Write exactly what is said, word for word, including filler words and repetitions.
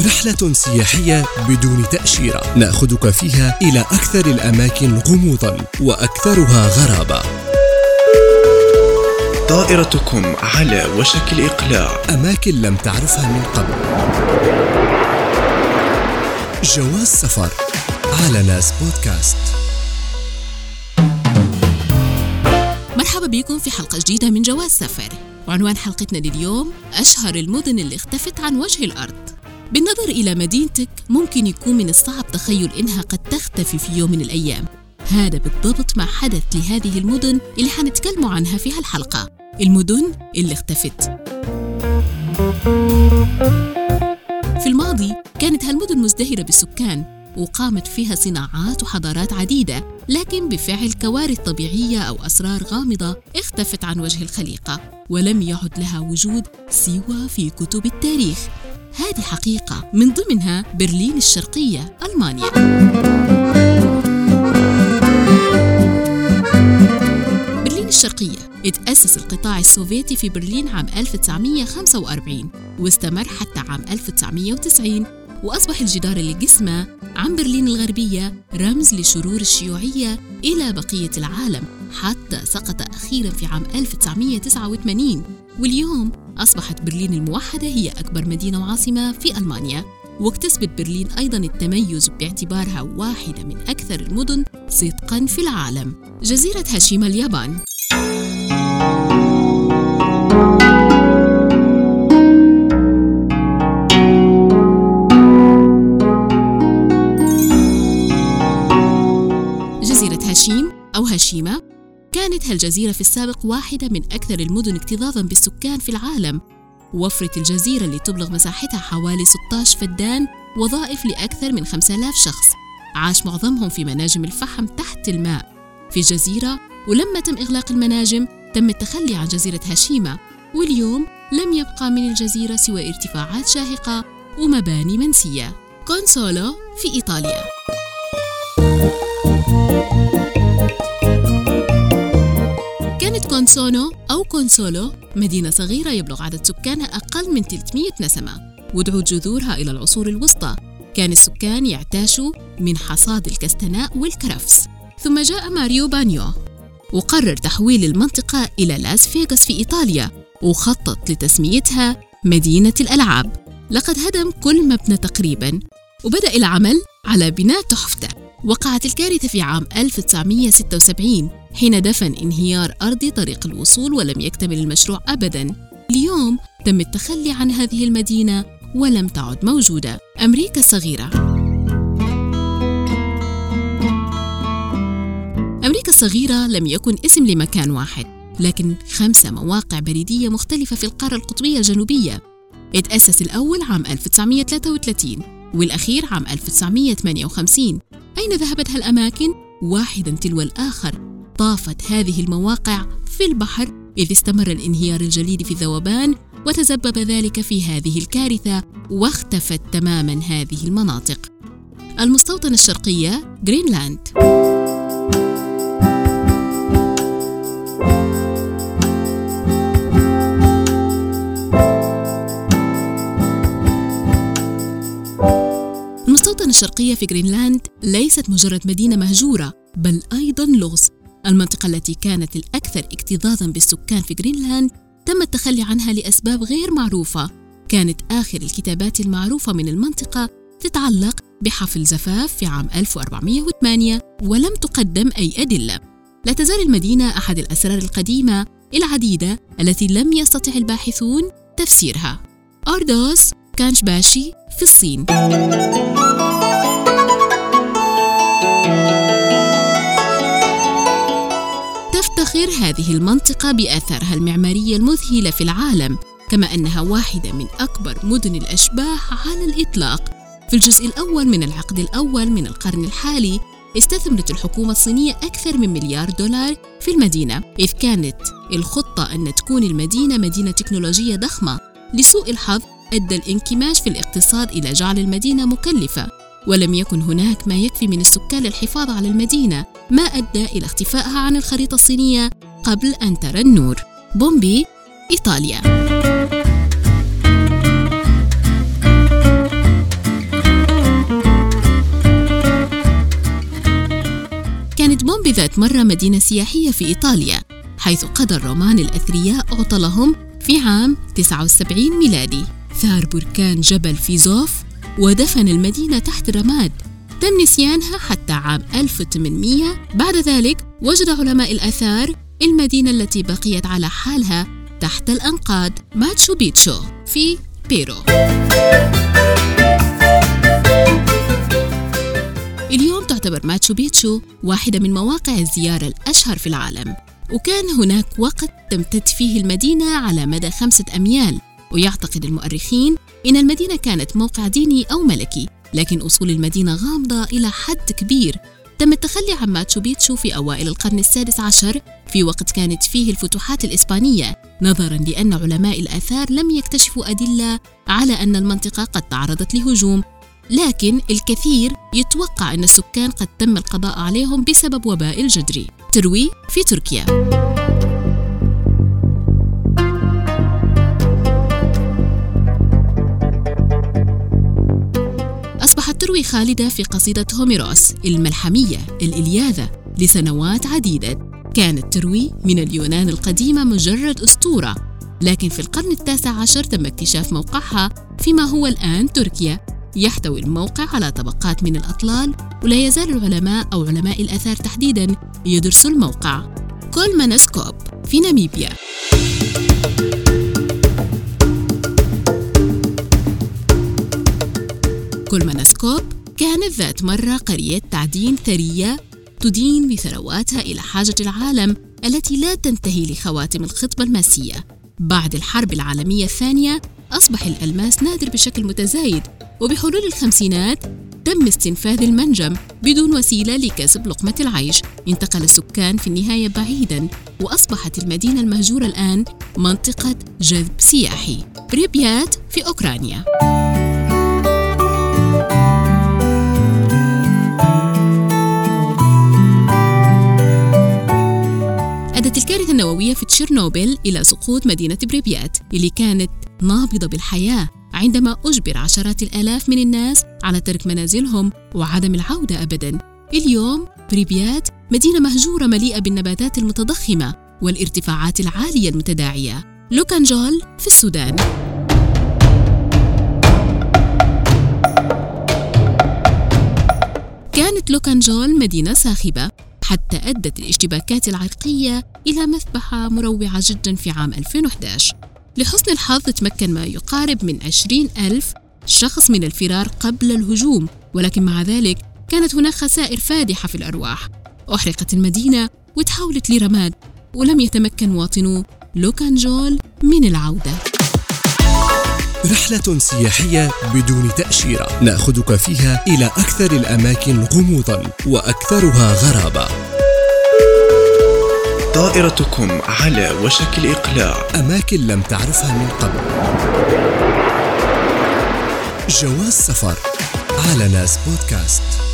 رحلة سياحية بدون تأشيرة نأخذك فيها إلى أكثر الأماكن غموضاً وأكثرها غرابة. طائرتكم على وشك الإقلاع، أماكن لم تعرفها من قبل. جواز سفر على ناس بودكاست. مرحبا بكم في حلقة جديدة من جواز سفر، وعنوان حلقتنا لليوم أشهر المدن اللي اختفت عن وجه الأرض. بالنظر إلى مدينتك ممكن يكون من الصعب تخيل إنها قد تختفي في يوم من الأيام. هذا بالضبط ما حدث لهذه المدن اللي حنتكلم عنها في هالحلقة، المدن اللي اختفت. في الماضي كانت هالمدن مزدهرة بالسكان وقامت فيها صناعات وحضارات عديدة، لكن بفعل كوارث طبيعية أو أسرار غامضة اختفت عن وجه الخليقة ولم يعد لها وجود سوى في كتب التاريخ. هذه حقيقة من ضمنها برلين الشرقية ألمانيا. برلين الشرقية اتأسس القطاع السوفيتي في برلين عام ألف وتسعمائة وخمسة وأربعين واستمر حتى عام ألف وتسعمائة وتسعين، وأصبح الجدار اللي قسمه عن برلين الغربية رمز لشرور الشيوعية إلى بقية العالم، حتى سقط أخيراً في عام ألف وتسعمائة وتسعة وثمانين. واليوم أصبحت برلين الموحدة هي أكبر مدينة وعاصمة في ألمانيا، واكتسبت برلين أيضاً التميز باعتبارها واحدة من أكثر المدن صدقاً في العالم. جزيرة هاشيما اليابان. جزيرة هاشيم أو هاشيما كانت هالجزيرة في السابق واحدة من أكثر المدن اكتظاظاً بالسكان في العالم. وفرت الجزيرة اللي تبلغ مساحتها حوالي ستة عشر فدان وظائف لأكثر من خمسة آلاف شخص، عاش معظمهم في مناجم الفحم تحت الماء في الجزيرة. ولما تم إغلاق المناجم تم التخلي عن جزيرة هاشيما، واليوم لم يبقى من الجزيرة سوى ارتفاعات شاهقة ومباني منسية. كونسولو في إيطاليا. كانت كونسونو أو كونسولو مدينة صغيرة يبلغ عدد سكانها أقل من ثلاثمائة نسمة، ودعوت جذورها إلى العصور الوسطى. كان السكان يعتاشوا من حصاد الكستناء والكرفس. ثم جاء ماريو بانيو وقرر تحويل المنطقة إلى لاس فيغاس في إيطاليا، وخطط لتسميتها مدينة الألعاب. لقد هدم كل مبنى تقريباً وبدأ العمل على بناء تحفته. وقعت الكارثة في عام ألف وتسعمائة وستة وسبعين حين دفن انهيار أرضي طريق الوصول ولم يكتمل المشروع أبداً. اليوم تم التخلي عن هذه المدينة ولم تعد موجودة. أمريكا الصغيرة. أمريكا الصغيرة لم يكن اسم لمكان واحد، لكن خمسة مواقع بريدية مختلفة في القارة القطبية الجنوبية. اتأسس الأول عام ألف وتسعمائة وثلاثة وثلاثين والأخير عام ألف وتسعمائة وثمانية وخمسين. أين ذهبت هالأماكن؟ واحداً تلو الآخر. طافت هذه المواقع في البحر إذ استمر الانهيار الجليدي في الذوبان، وتسبب ذلك في هذه الكارثة، واختفت تماماً هذه المناطق. المستوطنة الشرقية غرينلاند. المستوطنة الشرقية في غرينلاند ليست مجرد مدينة مهجورة، بل أيضاً لغز. المنطقة التي كانت الأكثر اكتظاظاً بالسكان في غرينلاند تم التخلي عنها لأسباب غير معروفة. كانت آخر الكتابات المعروفة من المنطقة تتعلق بحفل زفاف في عام ألف وأربعمائة وثمانية، ولم تقدم أي أدلة. لا تزال المدينة أحد الأسرار القديمة العديدة التي لم يستطع الباحثون تفسيرها. أردوس كانشباشي في الصين. تفتخر هذه المنطقة بآثارها المعمارية المذهلة في العالم، كما أنها واحدة من أكبر مدن الأشباح على الإطلاق. في الجزء الأول من العقد الأول من القرن الحالي استثمرت الحكومة الصينية أكثر من مليار دولار في المدينة، إذ كانت الخطة أن تكون المدينة مدينة تكنولوجية ضخمة. لسوء الحظ أدى الانكماش في الاقتصاد إلى جعل المدينة مكلفة، ولم يكن هناك ما يكفي من السكان للحفاظ على المدينة، ما أدى إلى اختفائها عن الخريطة الصينية قبل أن ترى النور. بومبي، إيطاليا. ذات مرة مدينة سياحية في إيطاليا، حيث قضى الرومان الأثرياء عطلهم في عام تسعة وسبعين ميلادي. ثار بركان جبل فيزوف ودفن المدينة تحت الرماد. تم نسيانها حتى عام ألف وثمانمئة. بعد ذلك وجد علماء الآثار المدينة التي بقيت على حالها تحت الأنقاض، ماتشو بيتشو في بيرو. اليوم تعتبر ماتشو بيتشو واحدة من مواقع الزيارة الأشهر في العالم، وكان هناك وقت تمتد فيه المدينة على مدى خمسة أميال. ويعتقد المؤرخين إن المدينة كانت موقع ديني أو ملكي، لكن أصول المدينة غامضة إلى حد كبير. تم التخلي عن ماتشو بيتشو في أوائل القرن السادس عشر، في وقت كانت فيه الفتوحات الإسبانية، نظراً لأن علماء الآثار لم يكتشفوا أدلة على أن المنطقة قد تعرضت لهجوم. لكن الكثير يتوقع أن السكان قد تم القضاء عليهم بسبب وباء الجدري. تروي في تركيا. أصبحت تروي خالدة في قصيدة هوميروس الملحمية الإلياذة لسنوات عديدة. كانت تروي من اليونان القديمة مجرد أسطورة، لكن في القرن التاسع عشر تم اكتشاف موقعها فيما هو الآن تركيا. يحتوي الموقع على طبقات من الأطلال، ولا يزال العلماء أو علماء الآثار تحديداً يدرسوا الموقع. كولمانسكوب في ناميبيا. كولمانسكوب كانت ذات مرة قرية تعدين ثرية تدين بثرواتها إلى حاجة العالم التي لا تنتهي لخواتم الخطبة الماسية. بعد الحرب العالمية الثانية أصبح الألماس نادر بشكل متزايد، وبحلول الخمسينات تم استنفاذ المنجم بدون وسيلة لكسب لقمة العيش. انتقل السكان في النهاية بعيداً، وأصبحت المدينة المهجورة الآن منطقة جذب سياحي. بريبيات في أوكرانيا. أدت الكارثة النووية في تشيرنوبل إلى سقوط مدينة بريبيات اللي كانت نابضة بالحياة، عندما أجبر عشرات الآلاف من الناس على ترك منازلهم وعدم العودة أبداً. اليوم بريبيات مدينة مهجورة مليئة بالنباتات المتضخمة والارتفاعات العالية المتداعية. لوكانجول في السودان. كانت لوكانجول مدينة صاخبة حتى أدت الاشتباكات العرقية إلى مذبحة مروعة جداً في عام ألفين وإحدى عشر. لحسن الحظ تمكن ما يقارب من عشرين ألف شخص من الفرار قبل الهجوم، ولكن مع ذلك كانت هناك خسائر فادحة في الأرواح. أحرقت المدينة وتحولت لرماد، ولم يتمكن مواطنو لوكانجول من العودة. رحلة سياحية بدون تأشيرة نأخذك فيها إلى أكثر الأماكن غموضاً وأكثرها غرابة. طائرتكم على وشك الإقلاع. أماكن لم تعرفها من قبل. جواز سفر على ناس بودكاست.